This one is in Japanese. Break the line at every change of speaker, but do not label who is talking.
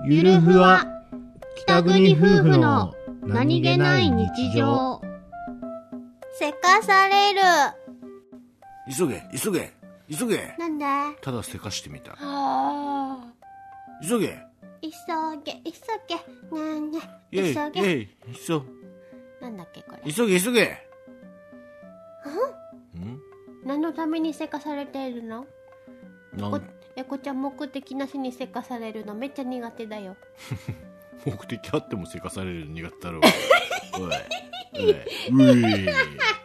ゆるふわ北国夫婦の何気ない日常。
せかされる。
急げ急げ急げ。
なんで？
ただせかしてみた。
急
急げ
げねえねえ、
イエイ
急げ。
イエイ
なんだっけこれ。
急げ急げ。
何のためにせかされているの？
なん
こちゃん目的なしにせかされるのめっちゃ苦手だよ。
目的あってもせかされるの苦手だろう。おいおい。